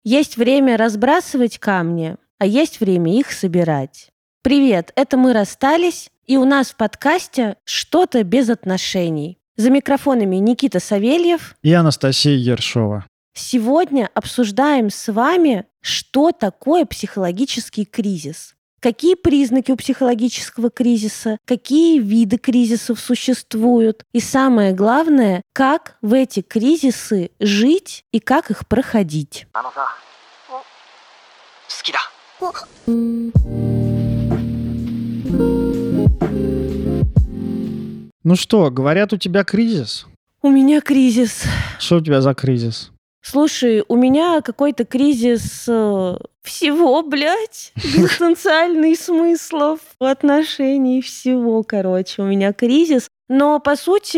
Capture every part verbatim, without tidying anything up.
Есть время разбрасывать камни, а есть время их собирать. Привет, это мы расстались, и у нас в подкасте «Что-то без отношений». За микрофонами Никита Савельев и Анастасия Ершова. Сегодня обсуждаем с вами, что такое психологический кризис. Какие признаки у психологического кризиса, какие виды кризисов существуют, и самое главное, как в эти кризисы жить и как их проходить. Ну что, говорят, у тебя кризис? У меня кризис. Что у тебя за кризис? Слушай, у меня какой-то кризис э, всего, блядь, экзистенциальный смыслов, отношений, всего, короче, у меня кризис. Но, по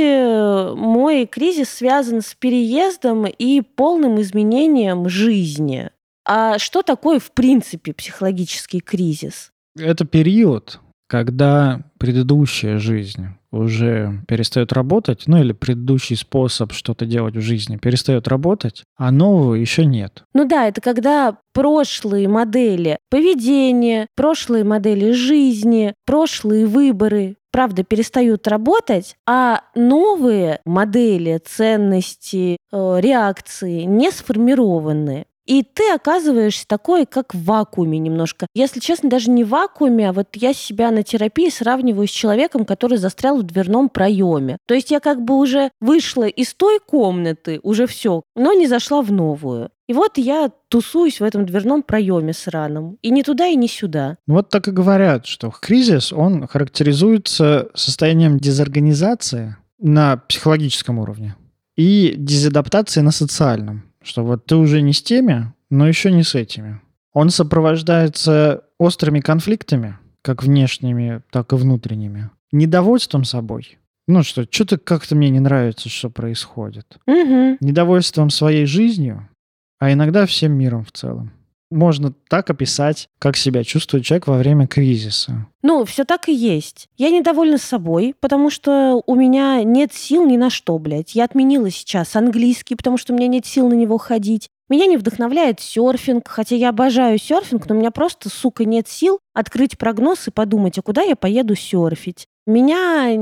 сути, мой кризис связан с переездом и полным изменением жизни. А что такое, в принципе, психологический кризис? Это период, когда предыдущая жизнь уже перестает работать, ну или предыдущий способ что-то делать в жизни перестает работать, а нового еще нет. Ну да, это когда прошлые модели поведения, прошлые модели жизни, прошлые выборы, правда, перестают работать, а новые модели ценностей, э, реакции не сформированы. И ты оказываешься такой, как в вакууме немножко. Если честно, даже не в вакууме, а вот я себя на терапии сравниваю с человеком, который застрял в дверном проеме. То есть я как бы уже вышла из той комнаты, уже все, но не зашла в новую. И вот я тусуюсь в этом дверном проеме сраном. И ни туда, и ни сюда. Вот так и говорят, что кризис, он характеризуется состоянием дезорганизации на психологическом уровне и дезадаптации на социальном. Что вот ты уже не с теми, но еще не с этими. Он сопровождается острыми конфликтами, как внешними, так и внутренними. Недовольством собой. Ну что, что-то как-то мне не нравится, что происходит. Угу. Недовольством своей жизнью, а иногда всем миром в целом. Можно так описать, как себя чувствует человек во время кризиса. Ну, все так и есть. Я недовольна собой, потому что у меня нет сил ни на что, блядь. Я отменила сейчас английский, потому что у меня нет сил на него ходить. Меня не вдохновляет серфинг, хотя я обожаю серфинг, но у меня просто, сука, нет сил открыть прогноз и подумать, а куда я поеду серфить. Меня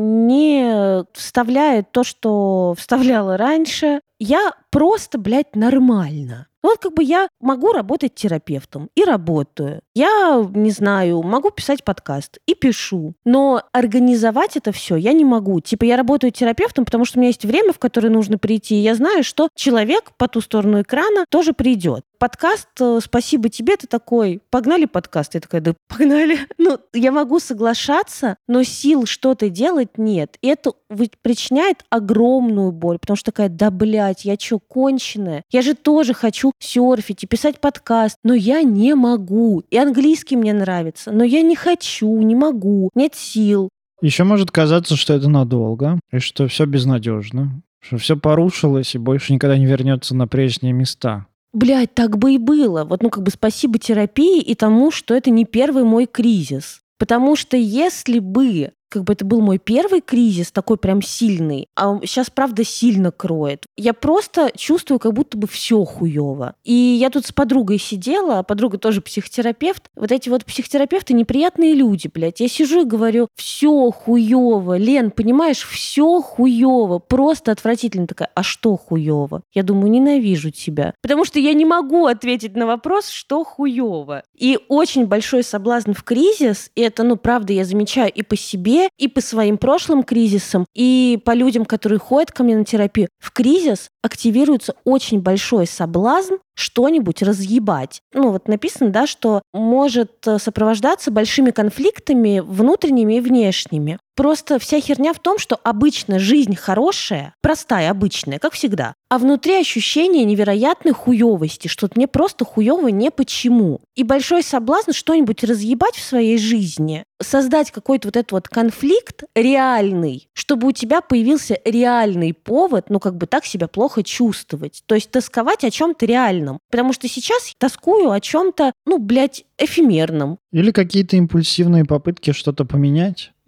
не вставляет то, что вставляла раньше. Я просто, блядь, нормально. Вот как бы я могу работать терапевтом и работаю. Я, не знаю, могу писать подкаст и пишу. Но организовать это все я не могу. Типа я работаю терапевтом, потому что у меня есть время, в которое нужно прийти. И я знаю, что человек по ту сторону экрана тоже придет. Подкаст «Спасибо тебе», ты такой, погнали подкаст. Я такая, да погнали. Ну, я могу соглашаться, но сил что-то делать нет. И это причиняет огромную боль, потому что такая, да, блядь, я что, конченая? Я же тоже хочу серфить и писать подкаст, но я не могу. И английский мне нравится, но я не хочу, не могу, нет сил. Еще может казаться, что это надолго, и что все безнадежно, что все порушилось и больше никогда не вернется на прежние места. Блядь, так бы и было. Вот, ну, как бы спасибо терапии и тому, что это не первый мой кризис. Потому что если бы как бы это был мой первый кризис, такой прям сильный, а сейчас, правда, сильно кроет. Я просто чувствую, как будто бы все хуёво. И я тут с подругой сидела, а подруга тоже психотерапевт. Вот эти вот психотерапевты неприятные люди, блядь. Я сижу и говорю, все хуёво. Лен, понимаешь, все хуёво. Просто отвратительно. Такая, а что хуёво? Я думаю, ненавижу тебя. Потому что я не могу ответить на вопрос, что хуёво. И очень большой соблазн в кризис, и это, ну, правда, я замечаю и по себе, и по своим прошлым кризисам, и по людям, которые ходят ко мне на терапию. В кризис активируется очень большой соблазн что-нибудь разъебать. Ну, вот написано, да, что может сопровождаться большими конфликтами внутренними и внешними. Просто вся херня в том, что обычно жизнь хорошая, простая, обычная, как всегда, а внутри ощущение невероятной хуёвости, что мне просто хуёво не почему. И большой соблазн что-нибудь разъебать в своей жизни, создать какой-то вот этот вот конфликт реальный, чтобы у тебя появился реальный повод, ну, как бы так себя плохо чувствовать. То есть тосковать о чем-то реальном. Потому что сейчас тоскую о чем-то, ну, блядь, эфемерном. Или какие-то импульсивные попытки что-то поменять.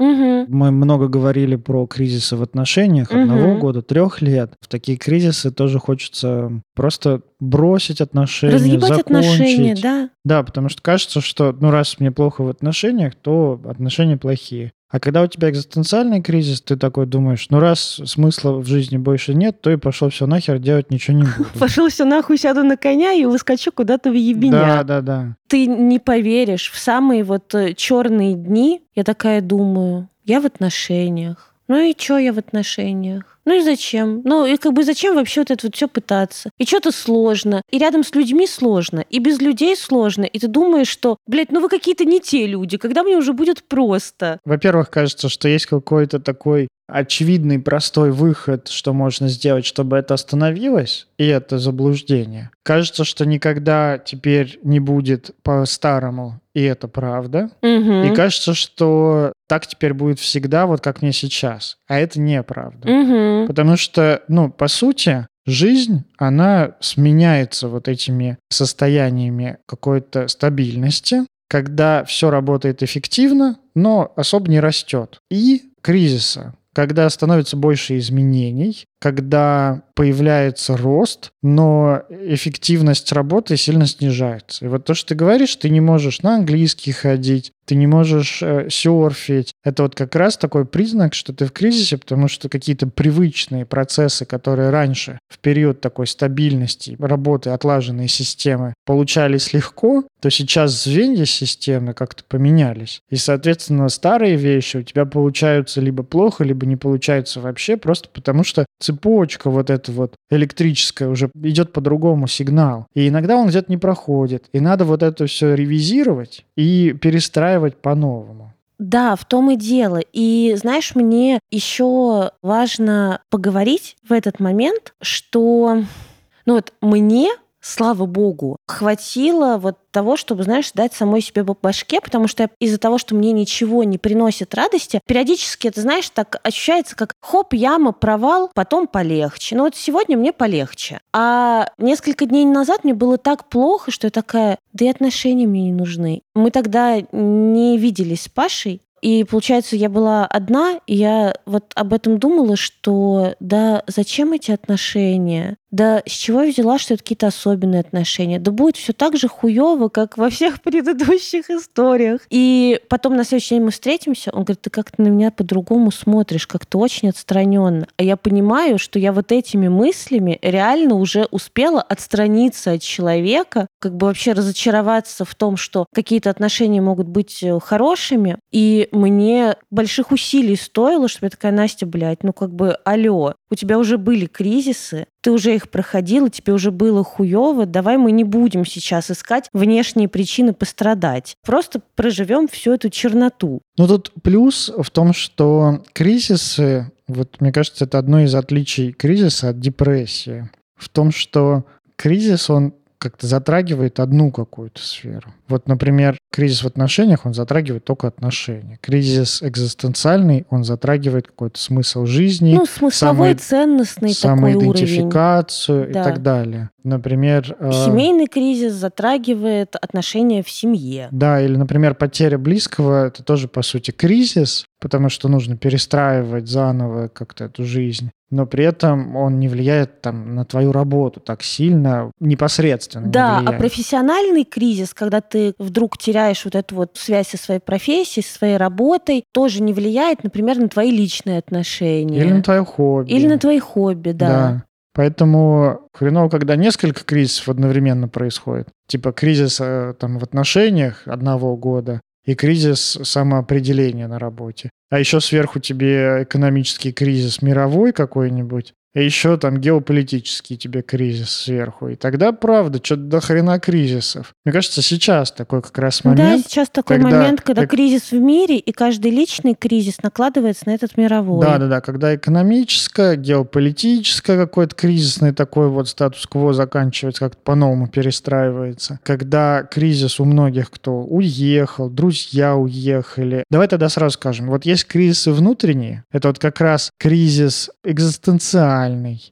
Угу. Мы много говорили про кризисы в отношениях Мгм. одного года, трех лет. В такие кризисы тоже хочется просто бросить отношения, Разъебать отношения, закончить. да. Да, потому что кажется, что ну раз мне плохо в отношениях, то отношения плохие. А когда у тебя экзистенциальный кризис, ты такой думаешь, ну раз смысла в жизни больше нет, то и пошло все нахер, делать ничего не буду. Пошел все нахуй, сяду на коня и выскочу куда-то в Да, ебеня. да, да. Ты не поверишь, в самые вот черные дни я такая думаю, я в отношениях. Ну и чё я в отношениях? Ну и зачем? Ну и как бы зачем вообще вот это вот все пытаться? И что-то сложно, и рядом с людьми сложно, и без людей сложно, и ты думаешь, что, блядь, ну вы какие-то не те люди, когда мне уже будет просто? Во-первых, кажется, что есть какой-то такой очевидный, простой выход, что можно сделать, чтобы это остановилось, и это заблуждение. Кажется, что никогда теперь не будет по-старому, и это правда. Угу. И кажется, что так теперь будет всегда, вот как мне сейчас. А это неправда. Угу. Потому что, ну, по сути, жизнь, она сменяется вот этими состояниями какой-то стабильности, когда все работает эффективно, но особо не растет. И кризиса, когда становится больше изменений, когда появляется рост, но эффективность работы сильно снижается. И вот то, что ты говоришь, ты не можешь на английский ходить, ты не можешь э, серфить. Это вот как раз такой признак, что ты в кризисе, потому что какие-то привычные процессы, которые раньше в период такой стабильности, работы, отлаженной системы получались легко, то сейчас звенья системы как-то поменялись. И, соответственно, старые вещи у тебя получаются либо плохо, либо не получаются вообще, просто потому что цепочка вот эта вот электрическая уже идет по-другому сигнал. И иногда он где-то не проходит. И надо вот это все ревизировать и перестраивать по-новому. Да, в том и дело. И знаешь, мне еще важно поговорить в этот момент, что ну вот мне, слава богу, хватило вот того, чтобы, знаешь, дать самой себе по башке, потому что из-за того, что мне ничего не приносит радости, периодически это, знаешь, так ощущается, как хоп, яма, провал, потом полегче. Ну вот сегодня мне полегче. А несколько дней назад мне было так плохо, что я такая, да и отношения мне не нужны. Мы тогда не виделись с Пашей, и, получается, я была одна, и я вот об этом думала, что да зачем эти отношения? Да с чего я взяла, что это какие-то особенные отношения? Да будет все так же хуёво, как во всех предыдущих историях. И потом на следующий день мы встретимся, он говорит, ты как-то на меня по-другому смотришь, как-то очень отстраненно. А я понимаю, что я вот этими мыслями реально уже успела отстраниться от человека, как бы вообще разочароваться в том, что какие-то отношения могут быть хорошими. И мне больших усилий стоило, чтобы я такая, Настя, блядь, ну как бы, алло, у тебя уже были кризисы, ты уже их проходила, тебе уже было хуёво, давай мы не будем сейчас искать внешние причины пострадать. Просто проживем всю эту черноту. Ну тут плюс в том, что кризисы, вот мне кажется, это одно из отличий кризиса от депрессии, в том, что кризис, он как-то затрагивает одну какую-то сферу. Вот, например, кризис в отношениях, он затрагивает только отношения. Кризис экзистенциальный, он затрагивает какой-то смысл жизни. Ну, смысловой, самый, ценностный такой уровень. самоидентификацию Да. и так далее. Например... Семейный э... кризис затрагивает отношения в семье. Да, или, например, потеря близкого, это тоже, по сути, кризис, потому что нужно перестраивать заново как-то эту жизнь. Но при этом он не влияет там, на твою работу так сильно, непосредственно Да, не влияет. А профессиональный кризис, когда ты вдруг теряешь вот эту вот связь со своей профессией, со своей работой, тоже не влияет, например, на твои личные отношения. Или на твое хобби. Или на твои хобби, да. Да. Поэтому хреново, когда несколько кризисов одновременно происходит. Типа кризис там, в отношениях одного года и кризис самоопределения на работе. А еще сверху тебе экономический кризис мировой какой-нибудь, а еще там геополитический тебе кризис сверху. И тогда, правда, что-то до хрена кризисов. Мне кажется, сейчас такой как раз момент. Да, сейчас такой когда, момент, когда как... кризис в мире, и каждый личный кризис накладывается на этот мировой. Да-да-да, когда экономическое, геополитическое какой-то кризисный такой вот статус-кво заканчивается, как-то по-новому перестраивается. Когда кризис у многих, кто уехал, друзья уехали. Давай тогда сразу скажем, вот есть кризисы внутренние, это вот как раз кризис экзистенциальный,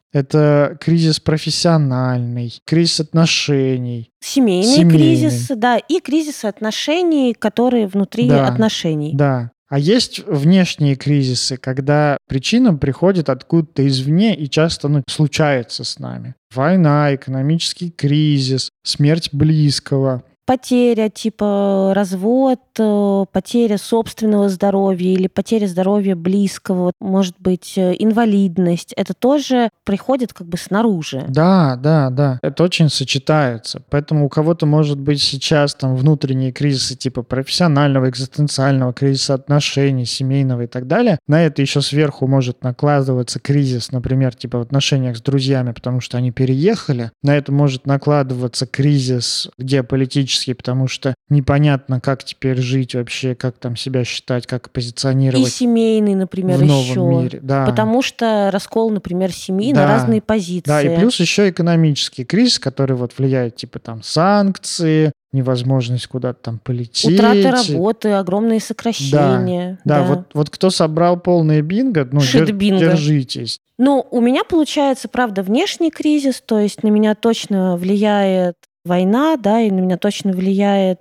это кризис профессиональный, кризис отношений. Семейный, Семейный кризис, да, и кризисы отношений, которые внутри да, отношений. Да. А есть внешние кризисы, когда причина приходит откуда-то извне и часто ну, случается с нами. Война, экономический кризис, смерть близкого. Потеря, типа развод, потеря собственного здоровья или потеря здоровья близкого, может быть, инвалидность. Это тоже приходит как бы снаружи. Да, да, да. Это очень сочетается. Поэтому у кого-то может быть сейчас там внутренние кризисы типа профессионального, экзистенциального кризиса отношений, семейного и так далее. На это еще сверху может накладываться кризис, например, типа в отношениях с друзьями, потому что они переехали. На это может накладываться кризис геополитический, потому что непонятно, как теперь жить вообще, как там себя считать, как позиционировать. И семейный, например, в новом еще. мире. Да. Потому что раскол, например, семьи да. на разные позиции. Да, и плюс еще экономический кризис, который вот влияет, типа там санкции, невозможность куда-то там полететь. Утрата работы, огромные сокращения. Да, да, да. Вот, вот кто собрал полное бинго, ну, дер- бинго. держитесь. Ну, у меня получается, правда, внешний кризис, то есть на меня точно влияет война, да, и на меня точно влияет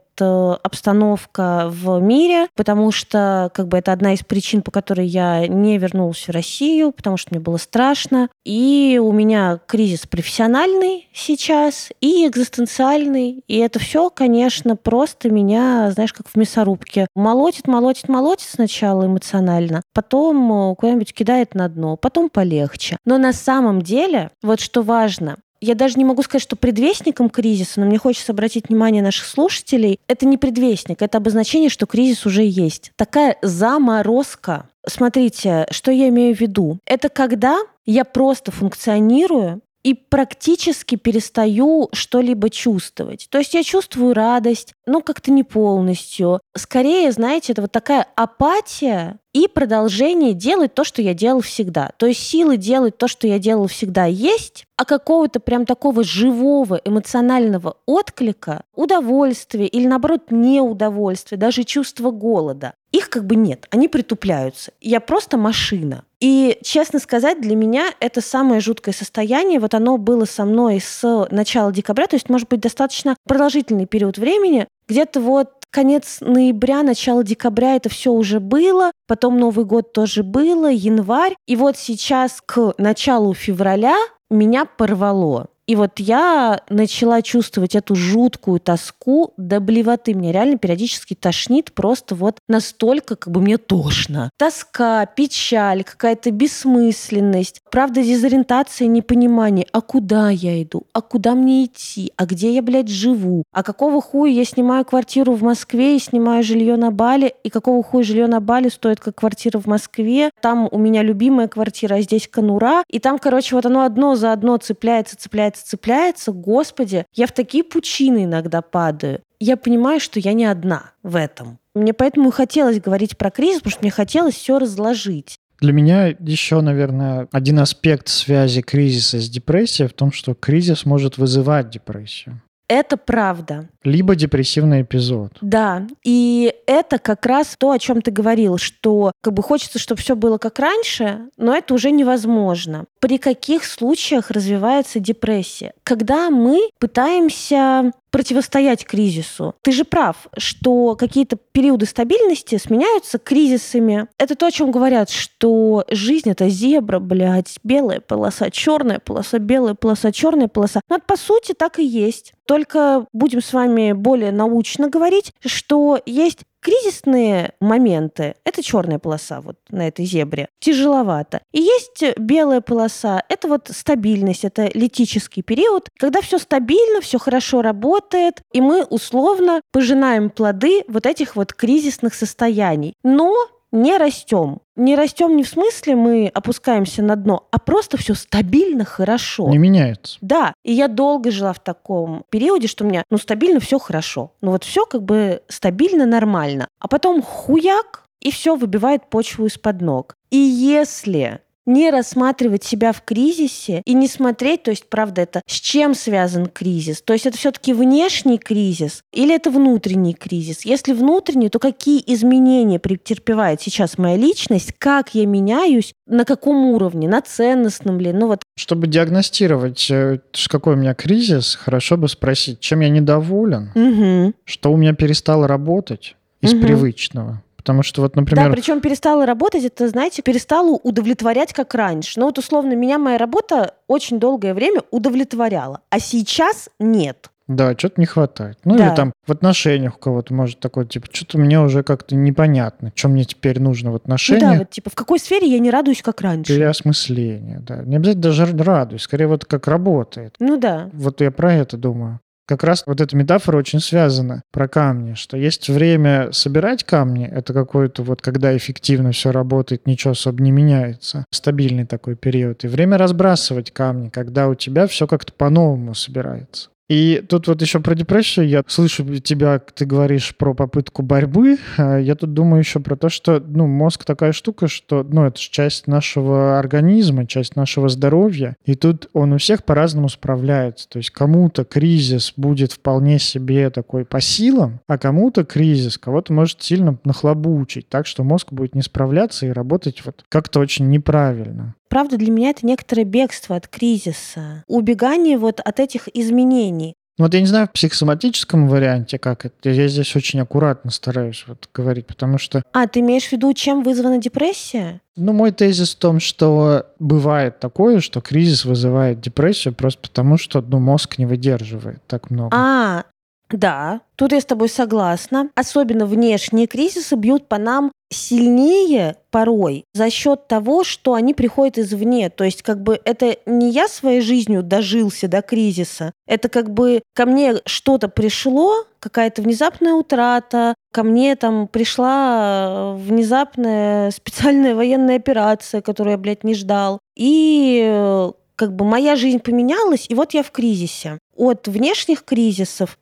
обстановка в мире, потому что как бы это одна из причин, по которой я не вернулась в Россию, потому что мне было страшно. И у меня кризис профессиональный сейчас и экзистенциальный. И это все, конечно, просто меня, знаешь, как в мясорубке. Молотит, молотит, молотит сначала эмоционально, потом куда-нибудь кидает на дно, потом полегче. Но на самом деле, вот что важно, я даже не могу сказать, что предвестником кризиса, но мне хочется обратить внимание наших слушателей. Это не предвестник, это обозначение, что кризис уже есть. Такая заморозка. Смотрите, что я имею в виду. Это когда я просто функционирую и практически перестаю что-либо чувствовать. То есть я чувствую радость, но как-то не полностью. Скорее, знаете, это вот такая апатия и продолжение делать то, что я делал всегда. То есть силы делать то, что я делал всегда, есть, а какого-то прям такого живого эмоционального отклика, удовольствия или, наоборот, неудовольствия, даже чувства голода, их как бы нет, они притупляются. Я просто машина. И, честно сказать, для меня это самое жуткое состояние. Вот оно было со мной с начала декабря, то есть, может быть, достаточно продолжительный период времени. Где-то вот конец ноября, начало декабря это все уже было, потом Новый год тоже было, январь. И вот сейчас к началу февраля меня порвало. И вот я начала чувствовать эту жуткую тоску до блевоты. Меня реально периодически тошнит просто вот настолько, как бы мне тошно. Тоска, печаль, какая-то бессмысленность. Правда, дезориентация, непонимание. А куда я иду? А куда мне идти? А где я, блядь, живу? А какого хуя я снимаю квартиру в Москве и снимаю жилье на Бали? И какого хуя жилье на Бали стоит, как квартира в Москве? Там у меня любимая квартира, а здесь конура. И там, короче, вот оно одно за одно цепляется, цепляется, цепляется, господи, я в такие пучины иногда падаю. Я понимаю, что я не одна в этом. Мне поэтому и хотелось говорить про кризис, потому что мне хотелось все разложить. Для меня еще, наверное, один аспект связи кризиса с депрессией в том, что кризис может вызывать депрессию. Это правда. Либо депрессивный эпизод. Да, и это как раз то, о чем ты говорил, что как бы хочется, чтобы все было как раньше, но это уже невозможно. При каких случаях развивается депрессия? Когда мы пытаемся противостоять кризису. Ты же прав, что какие-то периоды стабильности сменяются кризисами. Это то, о чем говорят, что жизнь — это зебра, блядь, белая полоса, черная полоса, белая полоса, черная полоса. Но это, по сути, так и есть. Только будем с вами более научно говорить, что есть кризисные моменты. Это черная полоса вот на этой зебре. Тяжеловато. И есть белая полоса. Это вот стабильность, это литический период, когда все стабильно, все хорошо работает, и мы условно пожинаем плоды вот этих вот кризисных состояний. Но не растем. Не растем не в смысле мы опускаемся на дно, а просто все стабильно, хорошо. Не меняется. Да, и я долго жила в таком периоде, что у меня, ну, стабильно все хорошо. Ну, вот все как бы стабильно, нормально. А потом хуяк, и все выбивает почву из-под ног. И если не рассматривать себя в кризисе и не смотреть, то есть, правда, это с чем связан кризис? То есть это все-таки внешний кризис или это внутренний кризис? Если внутренний, то какие изменения претерпевает сейчас моя личность, как я меняюсь, на каком уровне, на ценностном ли? Ну вот. Чтобы диагностировать, какой у меня кризис, хорошо бы спросить, чем я недоволен, Угу. что у меня перестало работать из угу. привычного. Потому что вот, например... Да, причем перестала работать, это, знаете, перестала удовлетворять как раньше. Ну вот условно меня моя работа очень долгое время удовлетворяла, а сейчас нет. Да, что-то не хватает. Ну Да. или там в отношениях у кого-то может такое, типа, что-то мне уже как-то непонятно, что мне теперь нужно в Ну отношениях. да, вот типа в какой сфере я не радуюсь как раньше. Переосмысление, да. Не обязательно даже радуюсь, скорее вот как работает. Ну да. Вот я про это думаю. Как раз вот эта метафора очень связана про камни, что есть время собирать камни, это какой-то вот, когда эффективно все работает, ничего особо не меняется, стабильный такой период, и время разбрасывать камни, когда у тебя все как-то по-новому собирается. И тут вот еще про депрессию. Я слышу тебя, ты говоришь про попытку борьбы. Я тут думаю еще про то, что ну, мозг такая штука, что ну, это же часть нашего организма, часть нашего здоровья. И тут он у всех по-разному справляется. То есть кому-то кризис будет вполне себе такой по силам, а кому-то кризис кого-то может сильно нахлобучить, так что мозг будет не справляться и работать вот как-то очень неправильно. Правда, для меня это некоторое бегство от кризиса, убегание вот от этих изменений. Вот я не знаю в психосоматическом варианте, как это. Я здесь очень аккуратно стараюсь вот говорить, потому что... А, ты имеешь в виду, чем вызвана депрессия? Ну, мой тезис в том, что бывает такое, что кризис вызывает депрессию просто потому, что ну, мозг не выдерживает так много. А, да, тут я с тобой согласна. Особенно внешние кризисы бьют по нам сильнее порой за счет того, что они приходят извне. То есть как бы это не я своей жизнью дожился до кризиса, это как бы ко мне что-то пришло, какая-то внезапная утрата, ко мне там пришла внезапная специальная военная операция, которую я, блядь, не ждал. И как бы моя жизнь поменялась, и вот я в кризисе. От внешних кризисов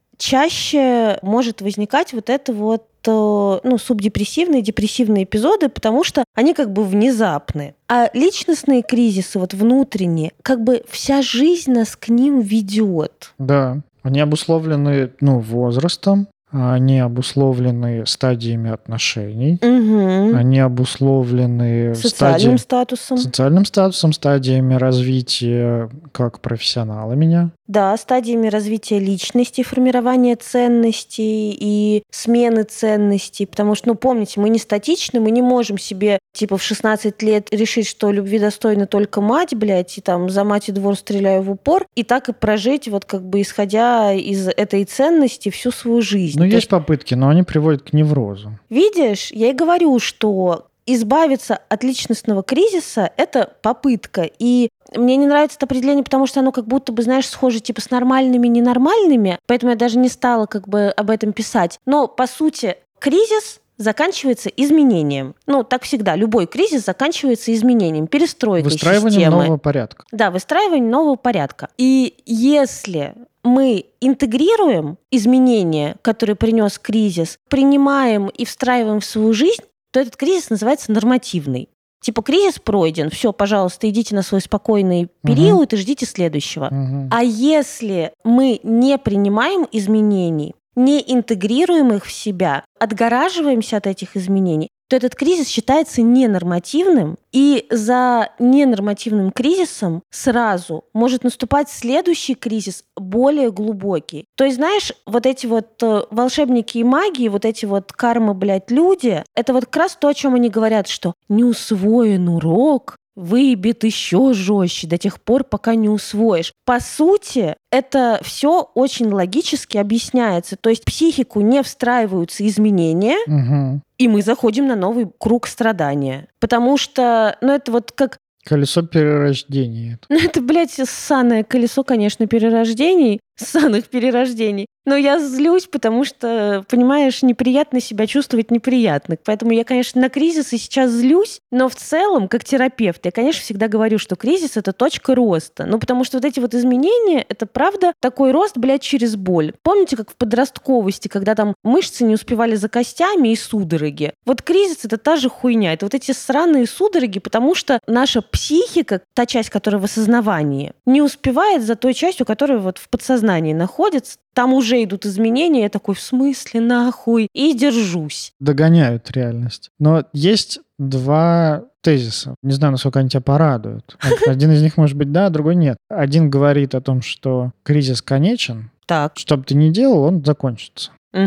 чаще может возникать вот это вот ну, субдепрессивные, депрессивные эпизоды, потому что они как бы внезапны. А личностные кризисы, вот внутренние, как бы вся жизнь нас к ним ведет. Да, они обусловлены, ну, возрастом, они обусловлены стадиями отношений, угу. Они обусловлены социальным стадии... статусом. социальным статусом, стадиями развития как профессионала меня. Да, стадиями развития личности, формирования ценностей и смены ценностей. Потому что, ну, помните, мы не статичны, мы не можем себе, типа, в шестнадцать лет решить, что любви достойна только мать, блядь, и там за мать и двор стреляю в упор, и так и прожить, вот как бы исходя из этой ценности всю свою жизнь. Ну, То есть попытки, но они приводят к неврозу. Видишь, я и говорю, что избавиться от личностного кризиса – это попытка. И мне не нравится это определение, потому что оно как будто бы, знаешь, схоже типа с нормальными и ненормальными, поэтому я даже не стала как бы об этом писать. Но, по сути, кризис заканчивается изменением. Ну, так всегда. Любой кризис заканчивается изменением, перестройкой системы. Выстраиванием нового порядка. Да, выстраиванием нового порядка. И если мы интегрируем изменения, которые принес кризис, принимаем и встраиваем в свою жизнь, то этот кризис называется нормативный. Типа кризис пройден, все, пожалуйста, идите на свой спокойный период угу. и ждите следующего. Угу. А если мы не принимаем изменений, не интегрируем их в себя, отгораживаемся от этих изменений, то этот кризис считается ненормативным, и за ненормативным кризисом сразу может наступать следующий кризис, более глубокий. То есть, знаешь, вот эти вот волшебники и маги, вот эти вот карма, блядь, люди, это вот как раз то, о чем они говорят, что не усвоен урок выебет еще жестче до тех пор, пока не усвоишь. По сути, это все очень логически объясняется. То есть в психику не встраиваются изменения, угу. и мы заходим на новый круг страдания. Потому что, ну, это вот как... Колесо перерождения. Ну, это, блядь, ссаное колесо, конечно, перерождений, ссаных перерождений. Но я злюсь, потому что, понимаешь, неприятно себя чувствовать неприятно. Поэтому я, конечно, на кризисы сейчас злюсь, но в целом, как терапевт, я, конечно, всегда говорю, что кризис — это точка роста. Ну, потому что вот эти вот изменения — это, правда, такой рост, блядь, через боль. Помните, как в подростковости, когда там мышцы не успевали за костями и судороги? Вот кризис — это та же хуйня. Это вот эти сраные судороги, потому что наша психика, та часть, которая в осознавании, не успевает за той частью, которая вот в подсознании находится. Там уже идут изменения, я такой, в смысле, нахуй? И держусь. Догоняют реальность. Но есть два тезиса. Не знаю, насколько они тебя порадуют. Один из них может быть да, другой нет. Один говорит о том, что кризис конечен. Так. Что бы ты ни делал, он закончится. Угу.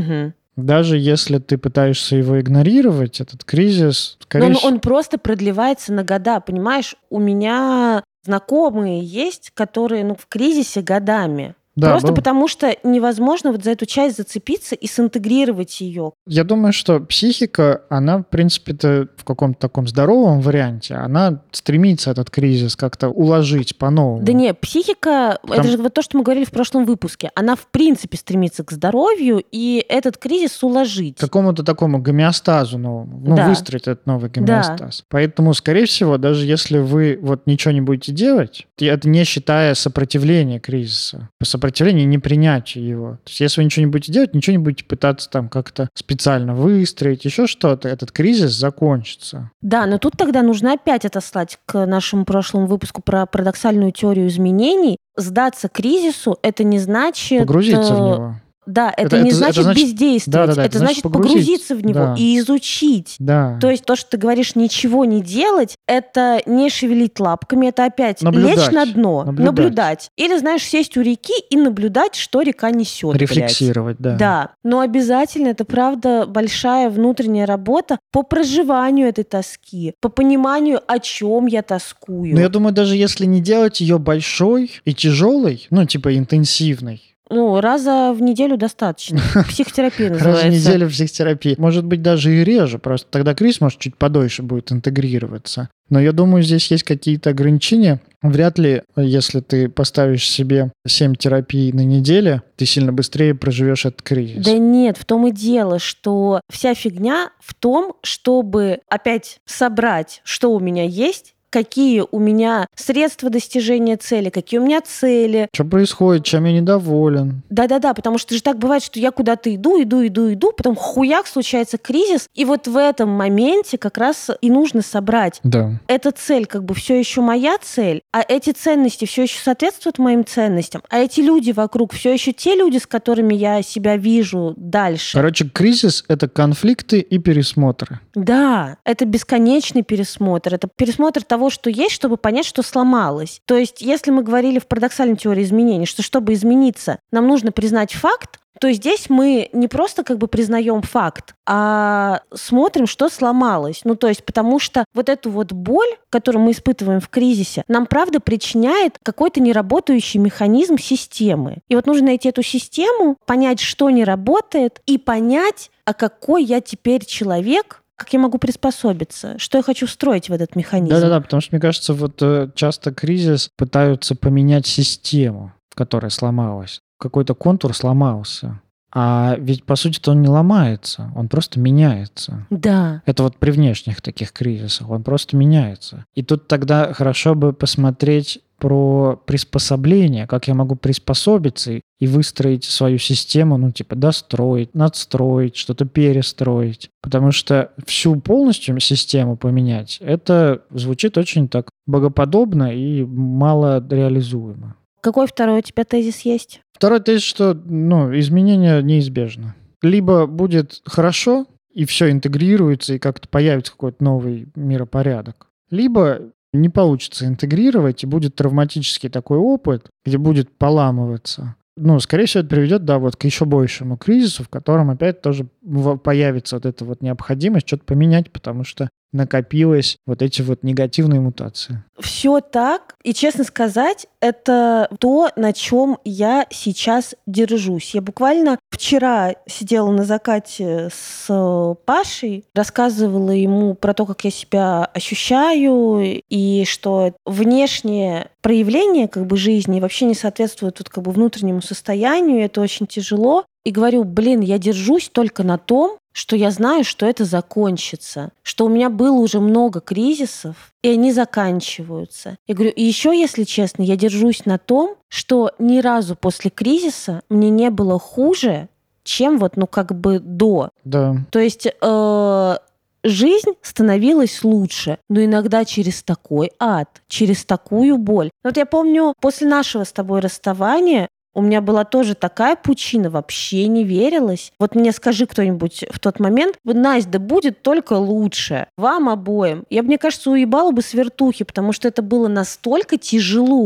Даже если ты пытаешься его игнорировать, этот кризис, скорее Но он, всего... он просто продлевается на года, понимаешь? У меня знакомые есть, которые ну, в кризисе годами. Да, Просто был. потому что невозможно вот за эту часть зацепиться и синтегрировать ее. Я думаю, что психика, она, в принципе-то, в каком-то таком здоровом варианте, она стремится этот кризис как-то уложить по-новому. Да не, психика, Потому- это же вот то, что мы говорили в прошлом выпуске, она в принципе стремится к здоровью и этот кризис уложить. К какому-то такому гомеостазу новому. Ну, Да. выстроить этот новый гомеостаз. Поэтому, скорее всего, даже если вы вот ничего не будете делать, и это не считая сопротивления кризиса, сопротивления и непринятия его. То есть, если вы ничего не будете делать, ничего не будете пытаться там как-то специально выстроить, еще что-то, этот кризис закончится. Да, но тут тогда нужно опять отослать к нашему прошлому выпуску про парадоксальную теорию изменений. Сдаться кризису — это не значит... Погрузиться в э, него. Да, это, Это- не это- значит это значит- бездействовать, Да-да-да, это, это значит значит погрузить. погрузиться в него Да. и изучить. Да. То есть то, что ты говоришь, ничего не делать, это не шевелить лапками, это опять Наблюдать. лечь на дно, Наблюдать. наблюдать. Или, знаешь, сесть у реки и наблюдать, что река несет. Рефлексировать, да. Да, но обязательно это, правда, большая внутренняя работа по проживанию этой тоски, по пониманию, о чем я тоскую. Но я думаю, даже если не делать ее большой и тяжелой, ну, типа интенсивной, Ну, раза в неделю достаточно. Психотерапия раз называется. в неделю психотерапии, может быть, даже и реже, просто тогда кризис может чуть подольше будет интегрироваться. Но я думаю, здесь есть какие-то ограничения. Вряд ли, если ты поставишь себе семь терапий на неделю, ты сильно быстрее проживешь этот кризис. Да нет, в том и дело, что вся фигня в том, чтобы опять собрать, что у меня есть, какие у меня средства достижения цели, какие у меня цели. Что происходит, чем я недоволен? Да-да-да, потому что же так бывает, что я куда-то иду, иду, иду, иду, потом хуяк, случается кризис, и вот в этом моменте как раз и нужно собрать. Да. Эта цель как бы все еще моя цель, а эти ценности все еще соответствуют моим ценностям, а эти люди вокруг все еще те люди, с которыми я себя вижу дальше. Короче, кризис — это конфликты и пересмотры. Да, это бесконечный пересмотр. Это пересмотр того, что есть, чтобы понять, что сломалось. То есть, если мы говорили в парадоксальной теории изменений, что чтобы измениться, нам нужно признать факт, то здесь мы не просто как бы признаем факт, а смотрим, что сломалось. Ну, то есть, потому что вот эту вот боль, которую мы испытываем в кризисе, нам, правда, причиняет какой-то неработающий механизм системы. И вот нужно найти эту систему, понять, что не работает, и понять, а какой я теперь человек, как я могу приспособиться, что я хочу встроить в этот механизм. Да-да-да, потому что, мне кажется, вот э, часто кризис пытаются поменять систему, которая сломалась. Какой-то контур сломался. А ведь, по сути-то, он не ломается, он просто меняется. Да. Это вот при внешних таких кризисах, он просто меняется. И тут тогда хорошо бы посмотреть про приспособление, как я могу приспособиться и выстроить свою систему, ну, типа, достроить, надстроить, что-то перестроить. Потому что всю полностью систему поменять, это звучит очень так богоподобно и мало реализуемо. Какой второй у тебя тезис есть? Второй тезис, что ну, изменения неизбежны. Либо будет хорошо, и все интегрируется, и как-то появится какой-то новый миропорядок. Либо не получится интегрировать, и будет травматический такой опыт, где будет поламываться. Ну, скорее всего, это приведет, да, вот к еще большему кризису, в котором опять тоже появится вот эта вот необходимость что-то поменять, потому что накопилось вот эти вот негативные мутации. Все так. И, честно сказать, это то, на чем я сейчас держусь. Я буквально вчера сидела на закате с Пашей, рассказывала ему про то, как я себя ощущаю, и что внешнее проявление как бы жизни вообще не соответствует вот, как бы внутреннему состоянию, и это очень тяжело. И говорю, блин, я держусь только на том, что я знаю, что это закончится, что у меня было уже много кризисов, и они заканчиваются. Я говорю, и еще, если честно, я держусь на том, что ни разу после кризиса мне не было хуже, чем вот, ну, как бы до. Да. То есть э, жизнь становилась лучше, но иногда через такой ад, через такую боль. Вот я помню, после нашего с тобой расставания у меня была тоже такая пучина, вообще не верилась. Вот мне скажи кто-нибудь в тот момент, Настя, да будет только лучше вам обоим. Я, мне кажется, уебала бы с вертухи, потому что это было настолько тяжело,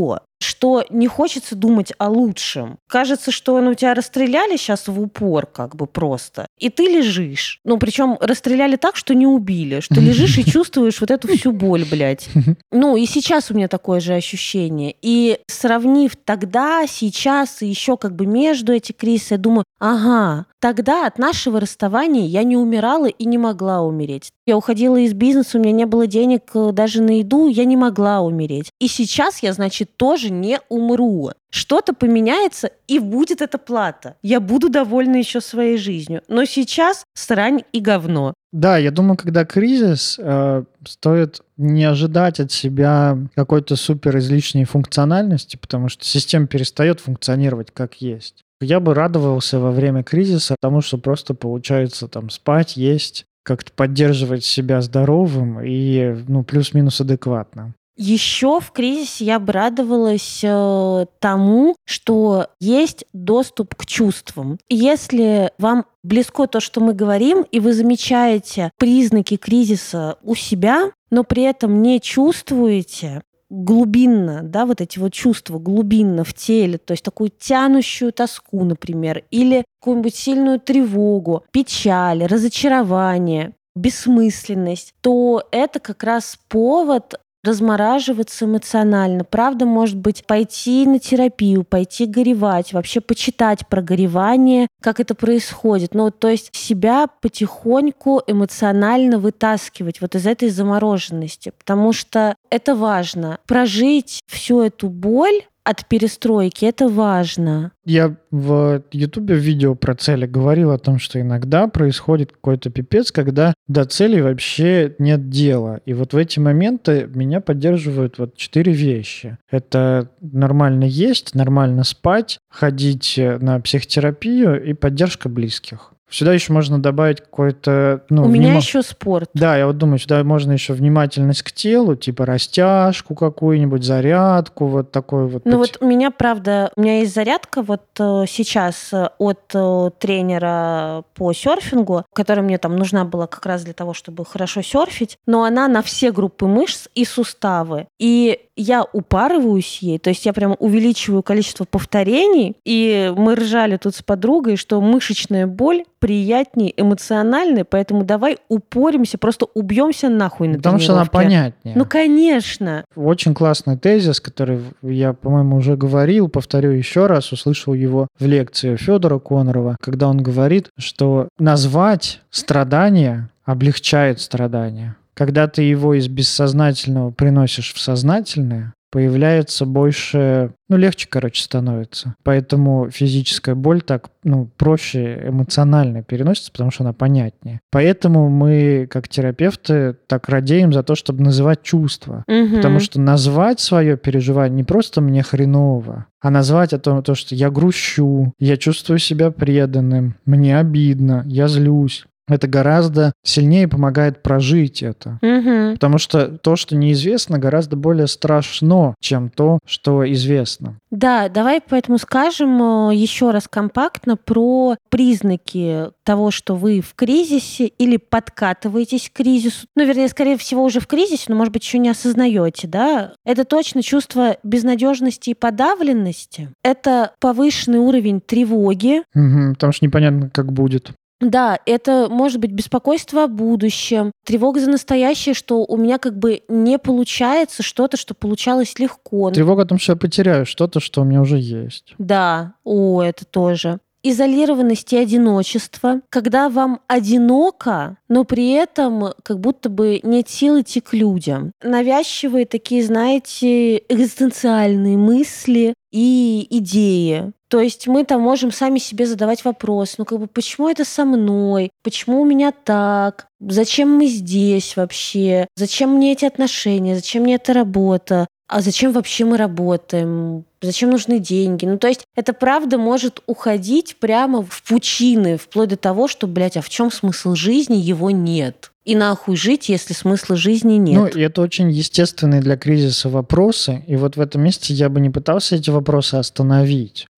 что не хочется думать о лучшем. Кажется, что ну, тебя расстреляли сейчас в упор как бы просто, и ты лежишь. Ну, причем расстреляли так, что не убили, что лежишь и чувствуешь вот эту всю боль, блядь. Ну, и сейчас у меня такое же ощущение. И сравнив тогда, сейчас и еще как бы между эти кризисы, я думаю, ага, тогда от нашего расставания я не умирала и не могла умереть. Я уходила из бизнеса, у меня не было денег даже на еду, я не могла умереть. И сейчас я, значит, тоже не умру. Что-то поменяется, и будет эта плата. Я буду довольна еще своей жизнью. Но сейчас срань и говно. Да, я думаю, когда кризис, э, стоит не ожидать от себя какой-то супер излишней функциональности, потому что система перестает функционировать как есть. Я бы радовался во время кризиса тому, что просто получается там спать, есть, как-то поддерживать себя здоровым и ну, плюс-минус адекватно. Еще в кризисе я бы радовалась э, тому, что есть доступ к чувствам. Если вам близко то, что мы говорим, и вы замечаете признаки кризиса у себя, но при этом не чувствуете глубинно, да, вот эти вот чувства глубинно в теле, то есть такую тянущую тоску, например, или какую-нибудь сильную тревогу, печаль, разочарование, бессмысленность, то это как раз повод размораживаться эмоционально. Правда, может быть, пойти на терапию, пойти горевать, вообще почитать про горевание, как это происходит. Ну, то есть себя потихоньку эмоционально вытаскивать вот из этой замороженности, потому что это важно. Прожить всю эту боль от перестройки, это важно. Я в Ютубе в видео про цели говорил о том, что иногда происходит какой-то пипец, когда до цели вообще нет дела. И вот в эти моменты меня поддерживают вот четыре вещи. Это нормально есть, нормально спать, ходить на психотерапию и поддержка близких. Сюда еще можно добавить какой-то... Ну, У вним... меня еще спорт. Да, я вот думаю, сюда можно еще внимательность к телу, типа растяжку какую-нибудь, зарядку, вот такой вот. Ну вот у меня, правда, у меня есть зарядка вот э, сейчас от э, тренера по серфингу, которая мне там нужна была как раз для того, чтобы хорошо серфить, но она на все группы мышц и суставы. И я упарываюсь ей, то есть я прям увеличиваю количество повторений, и мы ржали тут с подругой, что мышечная боль приятнее, эмоциональная, поэтому давай упоримся, просто убьемся нахуй на Потому что она понятнее. Ну, конечно. Очень классный тезис, который я, по-моему, уже говорил, повторю еще раз, услышал его в лекции Федора Конорова, когда он говорит, что назвать страдание облегчает страдание. Когда ты его из бессознательного приносишь в сознательное, появляется больше, ну, легче, короче, становится. Поэтому физическая боль так, ну, проще эмоционально переносится, потому что она понятнее. Поэтому мы, как терапевты, так радеем за то, чтобы называть чувства. Угу. Потому что назвать свое переживание не просто «мне хреново», а назвать о том, то, что я грущу, я чувствую себя преданным, мне обидно, я злюсь. Это гораздо сильнее помогает прожить это. Угу. Потому что то, что неизвестно, гораздо более страшно, чем то, что известно. Да, давай поэтому скажем еще раз компактно про признаки того, что вы в кризисе или подкатываетесь к кризису. Ну, вернее, скорее всего, уже в кризисе, но, может быть, еще не осознаете, да? Это точно чувство безнадежности и подавленности. Это повышенный уровень тревоги. Угу, потому что непонятно, как будет. Да, это может быть беспокойство о будущем, тревога за настоящее, что у меня как бы не получается что-то, что получалось легко. Тревога о том, что я потеряю что-то, что у меня уже есть. Да, о, это тоже. Изолированность и одиночество, когда вам одиноко, но при этом как будто бы нет сил идти к людям. Навязчивые такие, знаете, экзистенциальные мысли и идеи. То есть мы там можем сами себе задавать вопрос, ну как бы почему это со мной, почему у меня так, зачем мы здесь вообще, зачем мне эти отношения, зачем мне эта работа, а зачем вообще мы работаем, зачем нужны деньги. Ну то есть это правда может уходить прямо в пучины, вплоть до того, что, блядь, а в чем смысл жизни, его нет. И нахуй жить, если смысла жизни нет. Ну, и это очень естественные для кризиса вопросы. И вот в этом месте я бы не пытался эти вопросы остановить,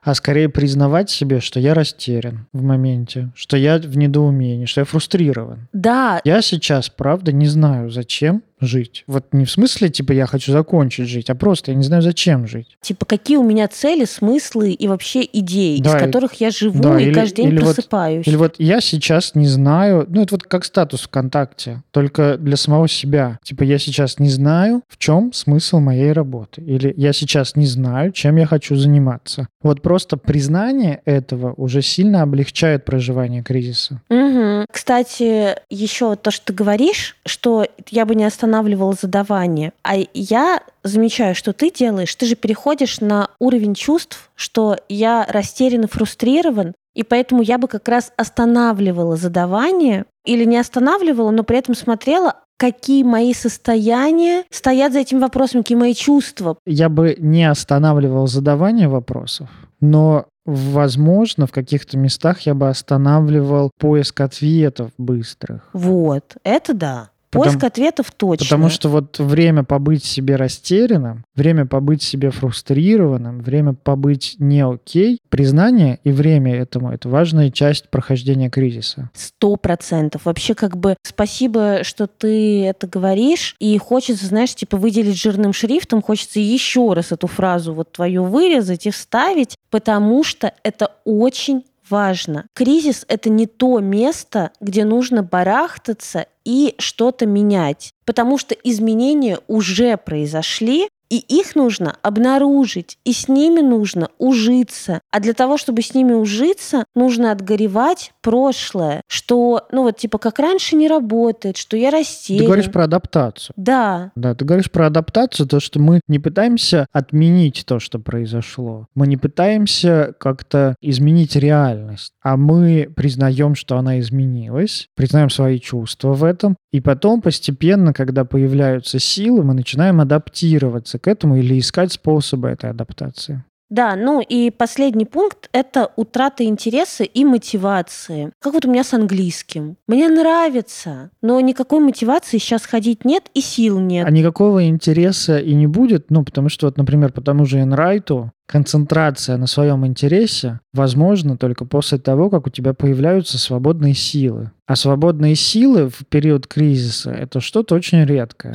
а скорее признавать себе, что я растерян в моменте, что я в недоумении, что я фрустрирован. Да. Я сейчас, правда, не знаю, зачем жить. Вот не в смысле, типа, я хочу закончить жить, а просто я не знаю, зачем жить. Типа, какие у меня цели, смыслы и вообще идеи, Да, из которых я живу да, и или- каждый день или вот- просыпаюсь. Или вот я сейчас не знаю, ну это вот как статус ВКонтакте, только для самого себя. Типа я сейчас не знаю, в чем смысл моей работы. Или я сейчас не знаю, чем я хочу заниматься. Вот просто признание этого уже сильно облегчает проживание кризиса. Мгм. Кстати, еще вот то, что ты говоришь, что я бы не останавливала задавание, а я замечаю, что ты делаешь, ты же переходишь на уровень чувств, что я растерян и фрустрирован, и поэтому я бы как раз останавливала задавание, или не останавливала, но при этом смотрела, какие мои состояния стоят за этим вопросом, какие мои чувства. Я бы не останавливал задавание вопросов, но, возможно, в каких-то местах я бы останавливал поиск ответов быстрых. Вот, это да. Потому- Поиск ответов точно. Потому что вот время побыть себе растерянным, время побыть себе фрустрированным, время побыть не окей, признание и время этому — это важная часть прохождения кризиса. Сто процентов. Вообще, как бы, спасибо, что ты это говоришь. И хочется, знаешь, типа выделить жирным шрифтом, хочется еще раз эту фразу вот твою вырезать и вставить, потому что это очень важно. Кризис — это не то место, где нужно барахтаться и что-то менять, потому что изменения уже произошли, и их нужно обнаружить, и с ними нужно ужиться. А для того, чтобы с ними ужиться, нужно отгоревать прошлое, что, ну вот, типа, как раньше не работает, что я растерян. Ты говоришь про адаптацию. Да. Да, ты говоришь про адаптацию, то, что мы не пытаемся отменить то, что произошло. Мы не пытаемся как-то изменить реальность, а мы признаем, что она изменилась, признаем свои чувства в этом, и потом постепенно, когда появляются силы, мы начинаем адаптироваться к этому или искать способы этой адаптации. Да, ну и последний пункт — это утрата интереса и мотивации. Как вот у меня с английским. Мне нравится, но никакой мотивации сейчас ходить нет и сил нет. А никакого интереса и не будет, ну, потому что, вот, например, по тому же Энрайту концентрация на своем интересе возможна только после того, как у тебя появляются свободные силы. А свободные силы в период кризиса — это что-то очень редкое.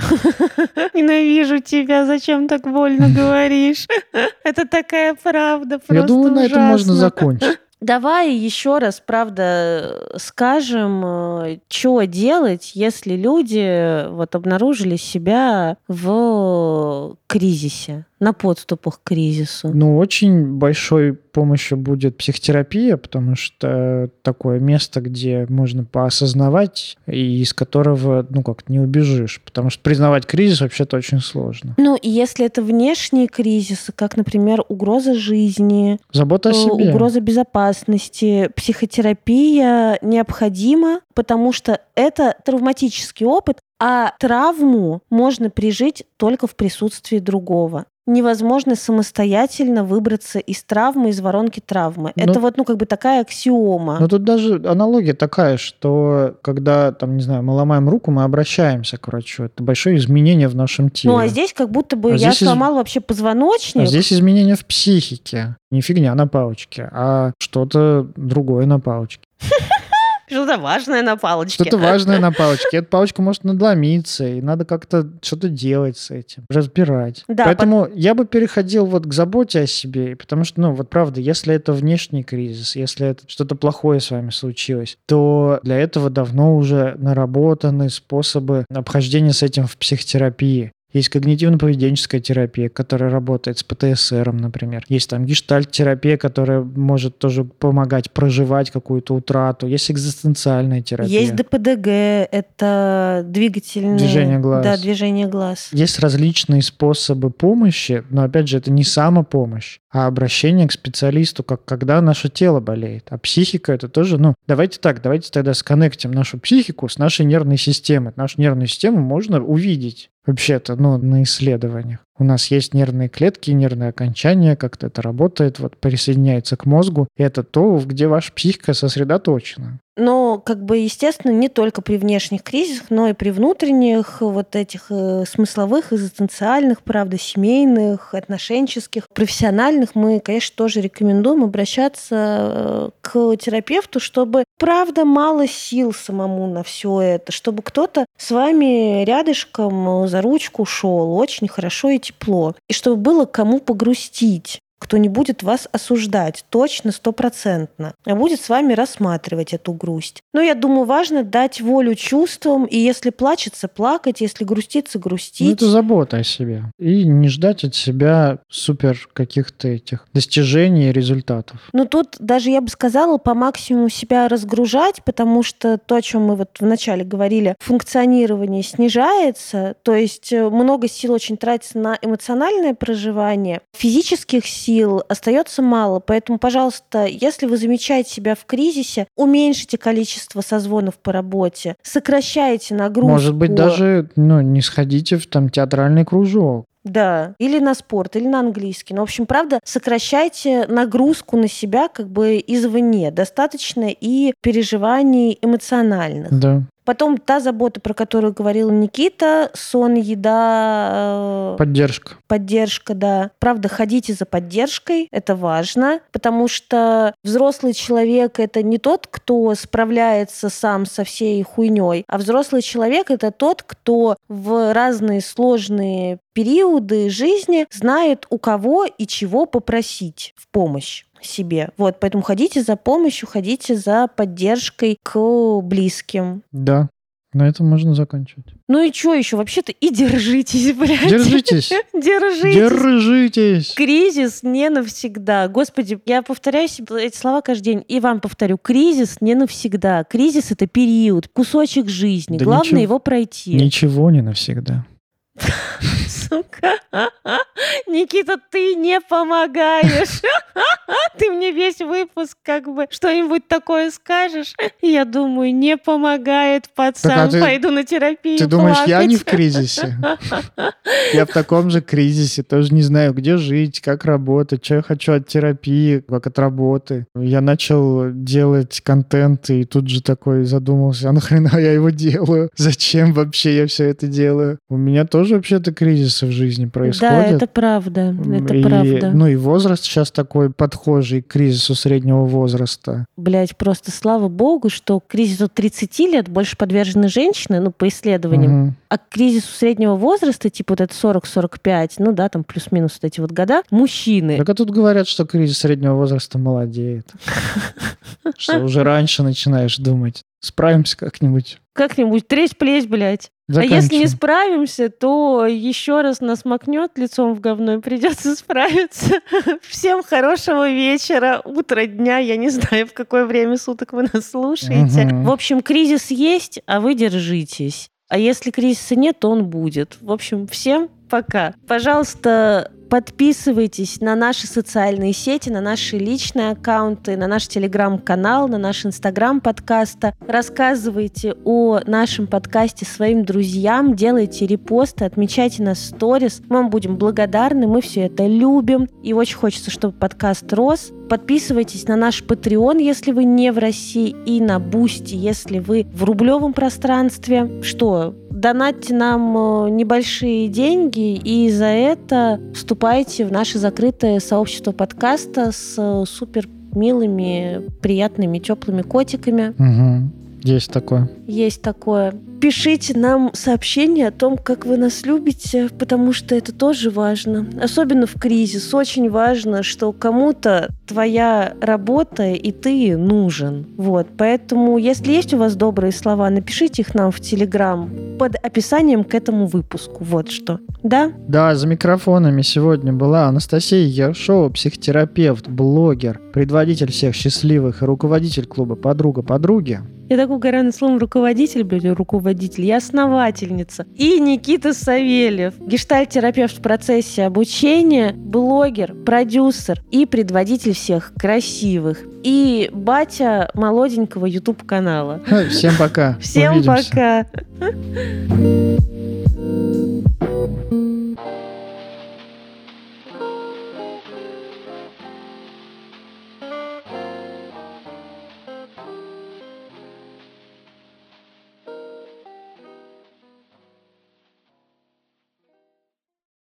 Ненавижу тебя, зачем так больно говоришь? Это такая правда, просто Я думаю, на этом можно закончить. Давай еще раз, правда, скажем, что делать, если люди вот обнаружили себя в кризисе, на подступах к кризису. Ну, очень большой помощью будет психотерапия, потому что такое место, где можно поосознавать, и из которого, ну, как-то не убежишь. Потому что признавать кризис вообще-то очень сложно. Ну, и если это внешние кризисы, как, например, угроза жизни, Забота о себе. угроза безопасности, психотерапия необходима, потому что это травматический опыт, а травму можно пережить только в присутствии другого. Невозможно самостоятельно выбраться из травмы, из воронки травмы. Ну, это вот, ну, как бы такая аксиома. Но тут даже аналогия такая, что когда, там, не знаю, мы ломаем руку, мы обращаемся к врачу. Это большое изменение в нашем теле. Ну, а здесь как будто бы А я здесь из- сломал вообще позвоночник. А здесь изменения в психике. Не фигня на палочке, а что-то другое на палочке. Что-то важное на палочке. Что-то важное на палочке. Эта палочка может надломиться, и надо как-то что-то делать с этим, разбирать. Да, Поэтому я бы переходил вот к заботе о себе, потому что, ну, вот правда, если это внешний кризис, если это что-то плохое с вами случилось, то для этого давно уже наработаны способы обхождения с этим в психотерапии. Есть когнитивно-поведенческая терапия, которая работает с пэ тэ эс эром, например. Есть там гештальт-терапия, которая может тоже помогать проживать какую-то утрату. Есть экзистенциальная терапия. Есть дэ пэ дэ гэ, это двигательное... Движение глаз. Да, движение глаз. Есть различные способы помощи, но, опять же, это не самопомощь, а обращение к специалисту, как когда наше тело болеет. А психика — это тоже, ну, давайте так, давайте тогда сконнектим нашу психику с нашей нервной системой. Нашу нервную систему можно увидеть вообще-то, ну, на исследованиях. У нас есть нервные клетки, нервные окончания, как-то это работает, вот присоединяется к мозгу. И это то, где ваша психика сосредоточена. Но, как бы, естественно, не только при внешних кризисах, но и при внутренних, вот этих э, смысловых, экзистенциальных, правда, семейных, отношенческих, профессиональных, мы, конечно, тоже рекомендуем обращаться э, к терапевту, чтобы, правда, мало сил самому на все это, чтобы кто-то с вами рядышком за ручку шел очень хорошо и тепло, и чтобы было кому погрустить, кто не будет вас осуждать, точно, стопроцентно, а будет с вами рассматривать эту грусть. Но я думаю, важно дать волю чувствам, и если плачется, плакать, если груститься, грустить. Ну, это забота о себе. И не ждать от себя супер каких-то этих достижений и результатов. Ну, тут даже, я бы сказала, по максимуму себя разгружать, потому что то, о чем мы вот вначале говорили, функционирование снижается, то есть много сил очень тратится на эмоциональное проживание, физических сил остается мало. Поэтому, пожалуйста, если вы замечаете себя в кризисе, уменьшите количество созвонов по работе, сокращайте нагрузку. Может быть, даже ну, не сходите в там, театральный кружок. Да, или на спорт, или на английский. Ну, в общем, правда, сокращайте нагрузку на себя как бы извне. Достаточно и переживаний эмоциональных. Да. Потом та забота, про которую говорил Никита, сон, еда... Поддержка. Поддержка, да. Правда, ходите за поддержкой, это важно, потому что взрослый человек — это не тот, кто справляется сам со всей хуйней, а взрослый человек — это тот, кто в разные сложные периоды жизни знает, у кого и чего попросить в помощь себе. Вот, поэтому ходите за помощью, ходите за поддержкой к близким. Да, на этом можно заканчивать. Ну и что еще? Вообще-то и держитесь, блядь. Держитесь. Держитесь. Держитесь. Кризис не навсегда. Господи, я повторяю себе эти слова каждый день. И вам повторю. Кризис не навсегда. Кризис — это период, кусочек жизни. Да Главное ничего, его пройти. Ничего не навсегда. Сука. Никита, ты не помогаешь. Ты мне весь выпуск как бы что-нибудь такое скажешь. И я думаю, не помогает, пацан. Так, а ты, пойду на терапию Ты думаешь, плакать. я не в кризисе? Я в таком же кризисе. Тоже не знаю, где жить, как работать, что я хочу от терапии, как от работы. Я начал делать контент и тут же такой задумался, а нахрена я его делаю? Зачем вообще я все это делаю? У меня тоже вообще-то кризисы в жизни происходят. Да, это правда. Это и, правда. Ну и возраст сейчас такой подхожий к кризису среднего возраста. Блять, просто слава богу, что к кризису тридцати лет больше подвержены женщины, ну, по исследованиям. Угу. А к кризису среднего возраста, типа вот это сорок сорок пять, ну да, там плюс-минус вот эти вот года, мужчины. Так а тут говорят, что кризис среднего возраста молодеет. Что уже раньше начинаешь думать. Справимся как-нибудь. Как-нибудь тресь-плесь, блядь. А если не справимся, то еще раз нас макнет лицом в говно и придется справиться. Всем хорошего вечера, утра, дня. Я не знаю, в какое время суток вы нас слушаете. Угу. В общем, кризис есть, а вы держитесь. А если кризиса нет, то он будет. В общем, всем пока. Пожалуйста, подписывайтесь на наши социальные сети, на наши личные аккаунты, на наш телеграм-канал, на наш инстаграм подкаста. Рассказывайте о нашем подкасте своим друзьям, делайте репосты, отмечайте нас в сторис. Мы вам будем благодарны, мы все это любим. И очень хочется, чтобы подкаст рос. Подписывайтесь на наш Patreon, если вы не в России, и на Boosty, если вы в рублевом пространстве. Что, донатьте нам небольшие деньги, и за это вступайте в наше закрытое сообщество подкаста с супер милыми, приятными, теплыми котиками. Угу. Есть такое. Есть такое. Пишите нам сообщения о том, как вы нас любите, потому что это тоже важно. Особенно в кризис. Очень важно, что кому-то твоя работа и ты нужен. Вот. Поэтому, если есть у вас добрые слова, напишите их нам в Телеграм под описанием к этому выпуску. Вот что. Да? Да, за микрофонами сегодня была Анастасия Ершова, психотерапевт, блогер, предводитель всех счастливых и руководитель клуба «Подруга подруги». Я так угораю над словом руководитель, блядь, руководитель. Я основательница. И Никита Савельев, гештальт-терапевт в процессе обучения, блогер, продюсер и предводитель всех красивых. И батя молоденького YouTube-канала. Всем пока. Всем пока.